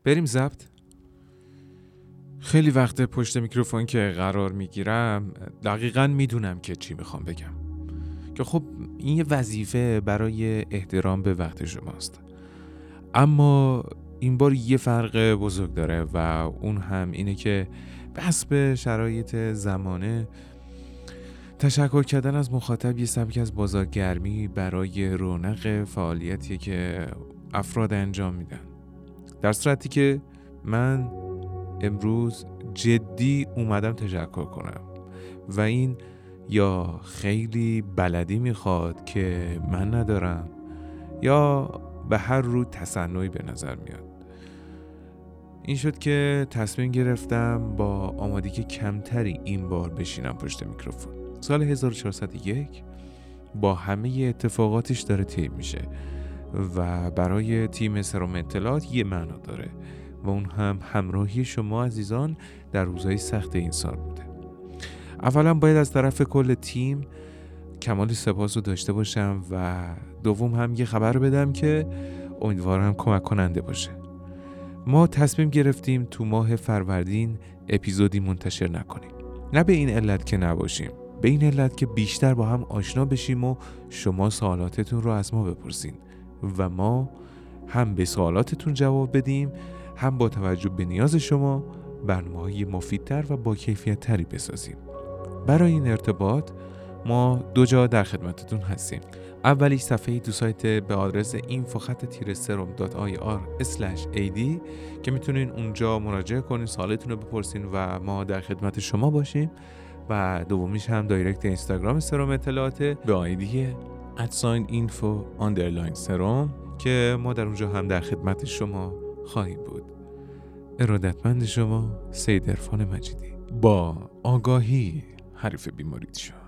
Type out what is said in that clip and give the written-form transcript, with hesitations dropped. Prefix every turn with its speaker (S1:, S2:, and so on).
S1: بریم ضبط. خیلی وقت پشت میکروفون که قرار میگیرم دقیقاً میدونم که چی میخوام بگم، که خب این یه وظیفه برای احترام به وقت شماست. اما این بار یه فرق بزرگ داره و اون هم اینه که بس به شرایط زمانه تشکر کردن از مخاطب یه سبک از بازارگرمی برای رونق فعالیتی که افراد انجام میدن، در صورتی که من امروز جدی اومدم تشکر کنم و این یا خیلی بلدی میخواد که من ندارم یا به هر رو تصنعی به نظر میاد. این شد که تصمیم گرفتم با آمادگی کمتری این بار بشینم پشت میکروفون. سال 1401 با همه اتفاقاتش داره طی میشه و برای تیم سرم اطلاعات یه معنا داره و اون هم همراهی شما عزیزان در روزهای سخت این سال بوده. اولا باید از طرف کل تیم کمال سپاس رو داشته باشم و دوم هم یه خبر بدم که امیدوارم کمک کننده باشه. ما تصمیم گرفتیم تو ماه فروردین اپیزودی منتشر نکنیم، نه به این علت که نباشیم، به این علت که بیشتر با هم آشنا بشیم و شما سوالاتتون رو از ما بپرسین و ما هم به سوالاتتون جواب بدیم، هم با توجه به نیاز شما برنامه‌های مفیدتر و با کیفیت تری بسازیم. برای این ارتباط ما 2 جا در خدمتتون هستیم. اولیش صفحه‌ای تو سایت به آدرس info-serum.ir/ad که میتونین اونجا مراجعه کنین، سوالتون رو بپرسین و ما در خدمت شما باشیم. و دومیش هم دایرکت اینستاگرام سرم اطلاعات به آیدی @info_serum که ما در اونجا هم در خدمت شما خواهیم بود. ارادتمند شما، سید عرفان مجیدی. با آگاهی حریف بیماریت شو.